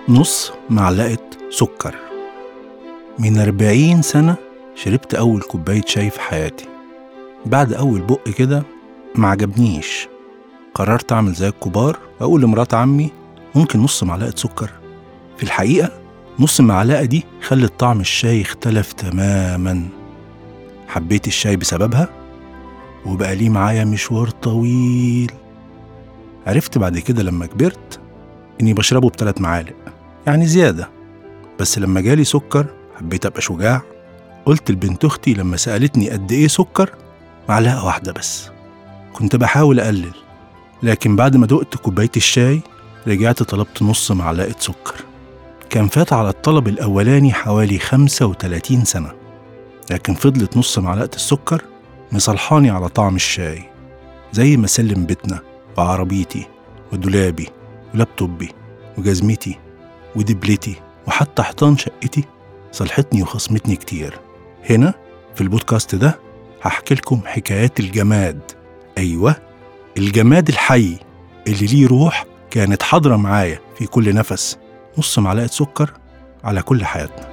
نص معلقة سكر. من 40 سنة شربت أول كوباية شاي في حياتي. بعد أول بق كده ما عجبنيش، قررت أعمل زي الكبار وأقول لمرات عمي ممكن نص معلقة سكر. في الحقيقة نص معلقة دي خلت طعم الشاي اختلف تماما. حبيت الشاي بسببها وبقى ليه معايا مشوار طويل. عرفت بعد كده لما كبرت إني بشربه ب3 معالق، يعني زيادة. بس لما جالي سكر حبيت أبقى شجاع، قلت لبنت أختي لما سألتني قد إيه سكر، معلقة واحدة بس. كنت بحاول أقلل، لكن بعد ما دقت كوباية الشاي رجعت طلبت نص معلقة سكر. كان فات على الطلب الأولاني حوالي 35 سنة، لكن فضلت نص معلقة السكر مصلحاني على طعم الشاي، زي ما سلم بيتنا وعربيتي ودولابي ولابتوبي وجزمتي ودبلتي وحتى حيطان شقتي صلحتني وخصمتني كتير. هنا في البودكاست ده هحكي لكم حكايات الجماد، أيوة الجماد الحي اللي ليه روح كانت حاضرة معايا في كل نفس. نص معلقة سكر على كل حياتنا.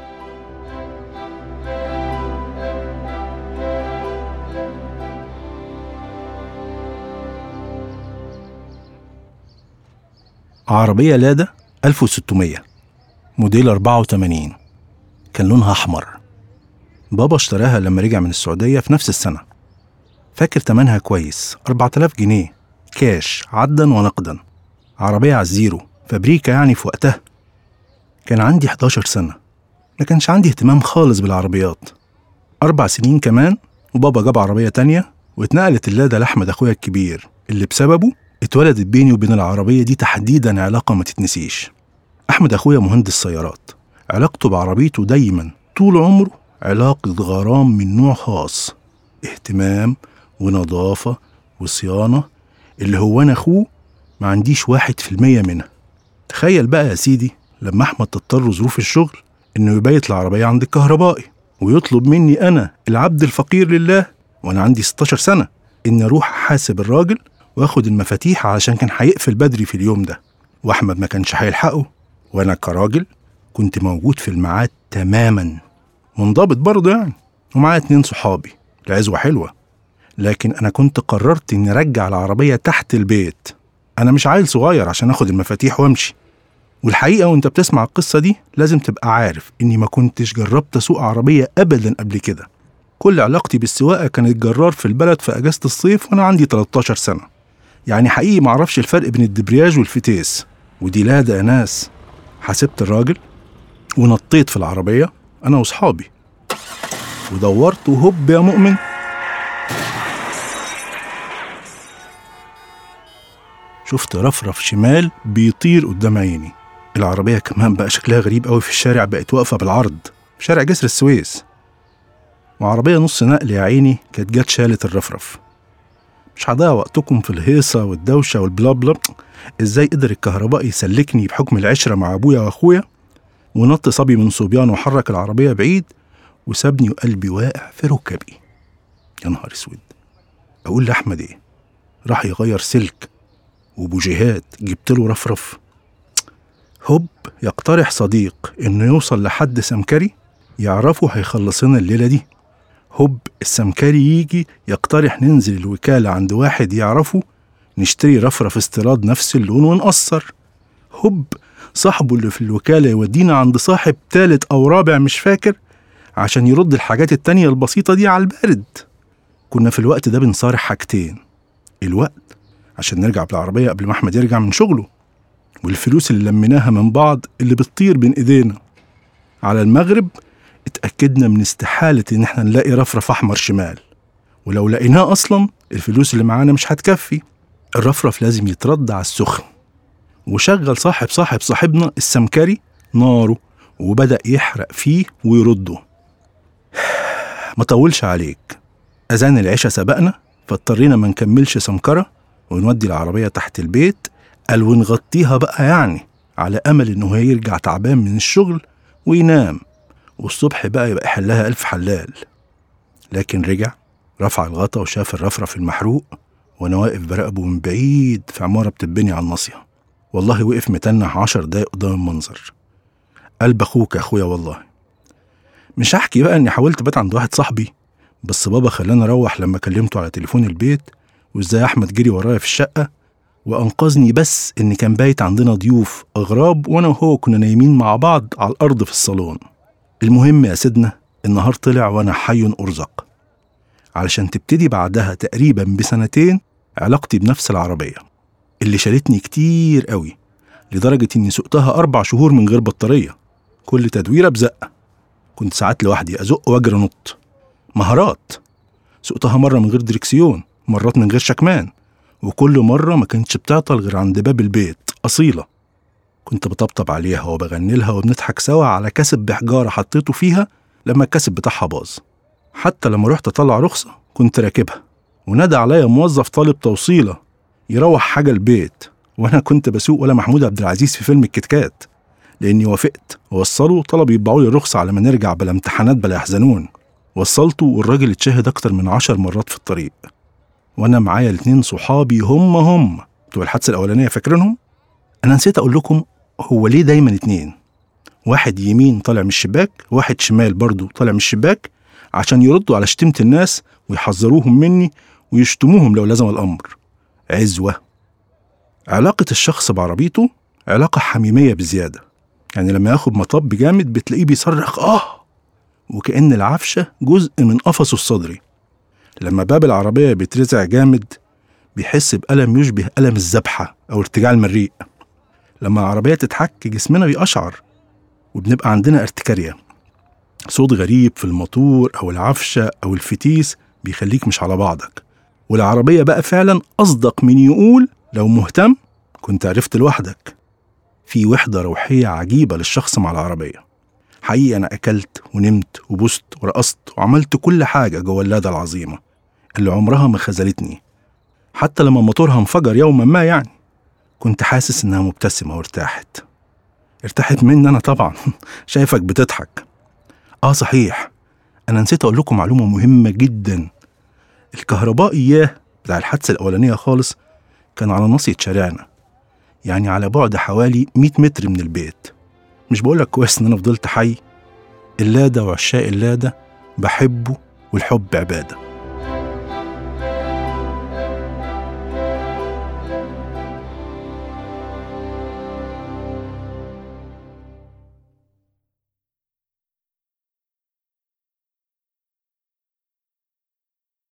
عربية لادا 1600 موديل 84، كان لونها أحمر. بابا اشتراها لما رجع من السعودية في نفس السنة. فاكر تمنها كويس، 4000 جنيه كاش عدا ونقدا. عربية على الزيرو، فابريكا يعني في وقتها. كان عندي 11 سنة، ما كانش عندي اهتمام خالص بالعربيات. 4 سنين كمان وبابا جاب عربية تانية واتنقلت اللادا لأحمد أخويا الكبير، اللي بسببه اتولدت بيني وبين العربية دي تحديدا علاقة ما تتنسيش. أحمد أخويا مهندس سيارات، علاقته بعربيته دايما طول عمره علاقة غرام من نوع خاص، اهتمام ونظافة وصيانة، اللي هو أنا أخوه ما عنديش 1% منها. تخيل بقى يا سيدي لما أحمد تضطر ظروف الشغل إنه يبيت العربية عند الكهربائي ويطلب مني أنا العبد الفقير لله وأنا عندي 16 سنة إن أروح أحاسب الراجل وأخد المفاتيح عشان كان هيقفل بدري في اليوم ده، وأحمد ما كانش هيلحقه، وأنا كراجل كنت موجود في الميعاد تماما، منضبط برضه يعني، ومعايا 2 صحابي، العزوة حلوة. لكن أنا كنت قررت إني أرجع العربية تحت البيت. أنا مش عيل صغير عشان أخد المفاتيح وأمشي. والحقيقة وأنت بتسمع القصة دي لازم تبقى عارف إني ما كنتش جربت أسوق عربية أبدا قبل كده. كل علاقتي بالسواقة كانت جرار في البلد في أجازة الصيف وأنا عندي 13 سنة. يعني حقيقي معرفش الفرق بين الدبرياج والفتيس. ودي لادا يا ناس. حسبت الراجل ونطيت في العربية أنا وصحابي ودورت، وهوب يا مؤمن شفت رفرف شمال بيطير قدام عيني. العربية كمان بقى شكلها غريب قوي في الشارع، بقت واقفة بالعرض في شارع جسر السويس، وعربية نص نقل يا عيني كانت جت شالت الرفرف. مش هضيع وقتكم في الهيصة والدوشة والبلابلا. ازاي قدر الكهربائي يسلكني بحكم العشرة مع ابويا واخويا، ونط صبي من صبيان وحرك العربية بعيد وسابني وقلبي واقع في ركبي. يا نهار اسود، اقول لاحمد ايه؟ راح يغير سلك وبوجيهات جبت له رفرف. هوب يقترح صديق انه يوصل لحد سمكري يعرفه هيخلصنا الليلة دي. هوب السمكري يجي يقترح ننزل الوكالة عند واحد يعرفه نشتري رفرف استيراد نفس اللون ونقصر. هوب صاحبه اللي في الوكالة يودينا عند صاحب 3 أو 4 مش فاكر عشان يرد الحاجات التانية البسيطة دي على البارد. كنا في الوقت ده بنصارح حاجتين: الوقت عشان نرجع بالعربية قبل ما أحمد يرجع من شغله، والفلوس اللي لميناها من بعض اللي بتطير بين إيدينا. على المغرب اتأكدنا من استحالة إن احنا نلاقي رفرف أحمر شمال، ولو لقيناه أصلا الفلوس اللي معانا مش هتكفي. الرفرف لازم يترد على السخن. وشغل صاحبنا السمكري ناره وبدأ يحرق فيه ويرده. ما طولش عليك، أذان العشاء سبقنا، فاضطرينا ما نكملش سمكرة ونودي العربية تحت البيت، قال ونغطيها بقى يعني، على أمل إنه هيرجع تعبان من الشغل وينام، والصبح بقى يبقى يحلها 1000 حلال. لكن رجع رفع الغطا وشاف الرفرف المحروق وانا واقف براقبه من بعيد في عمارة بتتبني على الناصية. والله وقف متنح 10 دقايق قدام المنظر، قلب أخوك يا أخويا والله. مش هحكي بقى إني حاولت بات عند واحد صاحبي، بس بابا خلاني أروح لما كلمته على تليفون البيت، وإزاي أحمد جري ورايا في الشقة وأنقذني، بس إن كان بايت عندنا ضيوف أغراب وأنا وهو كنا نايمين مع بعض على الأرض في الصالون. المهم يا سيدنا، النهار طلع وأنا حي أرزق، علشان تبتدي بعدها تقريبا ب2 علاقتي بنفس العربية اللي شالتني كتير قوي، لدرجة إني سوقتها 4 شهور من غير بطارية، كل تدويرة بزقة. كنت ساعات لوحدي أزق وأجري نط، مهارات. سوقتها مرة من غير دركسيون، مرات من غير شكمان، وكل مرة ما كانتش بتعطل غير عند باب البيت، أصيلة. كنت بطبطب عليها وبغني لها وبنضحك سوا على كاسب بحجارة حطيته فيها لما الكاسب بتاعها باظ. حتى لما رحت أطلع رخصة كنت راكبها، ونادى عليا موظف طالب توصيلة يروح حاجة البيت، وأنا كنت بسوق ولا محمود عبد العزيز في فيلم الكتكات، لأني وافقت ووصلوا طلب يطبعوا لي الرخصة على ما نرجع بلا امتحانات بلا يحزنون. وصلته والراجل اتشهد أكتر من 10 مرات في الطريق، وأنا معايا 2 صحابي هم بتوع الحادثة الأولانية، فاكرينهم؟ أنا نسيت أقول لكم هو ليه دايما 2، واحد يمين طالع من الشباك، واحد شمال برضو طالع من الشباك، عشان يردوا على شتيمة الناس ويحذروهم مني ويشتموهم لو لزم الأمر. عزوة. علاقة الشخص بعربيته علاقة حميمية بزيادة، يعني لما ياخد مطب جامد بتلاقيه بيصرخ وكأن العفشة جزء من قفصه الصدري. لما باب العربية بيترزع جامد بيحس بألم يشبه ألم الذبحة أو ارتجاع المريء. لما العربية تتحك جسمنا بيقشعر وبنبقى عندنا ارتكارية، صوت غريب في الموتور أو العفشة أو الفتيس بيخليك مش على بعضك. والعربية بقى فعلا أصدق من يقول لو مهتم كنت عرفت لوحدك. في وحدة روحية عجيبة للشخص مع العربية. حقيقة أنا أكلت ونمت وبست ورقصت وعملت كل حاجة جوه اللاده العظيمة اللي عمرها ما خذلتني. حتى لما موتورها انفجر يوما ما، يعني كنت حاسس إنها مبتسمة وارتاحت مني أنا طبعا. شايفك بتضحك. صحيح، أنا نسيت أقول لكم معلومة مهمة جدا. الكهربائي بتاع الحادثة الأولانية خالص كان على ناصية شارعنا، يعني على بعد حوالي 100 متر من البيت. مش بقولك كويس إن أنا فضلت حي؟ اللاده وعشاق اللاده بحبه، والحب عبادة.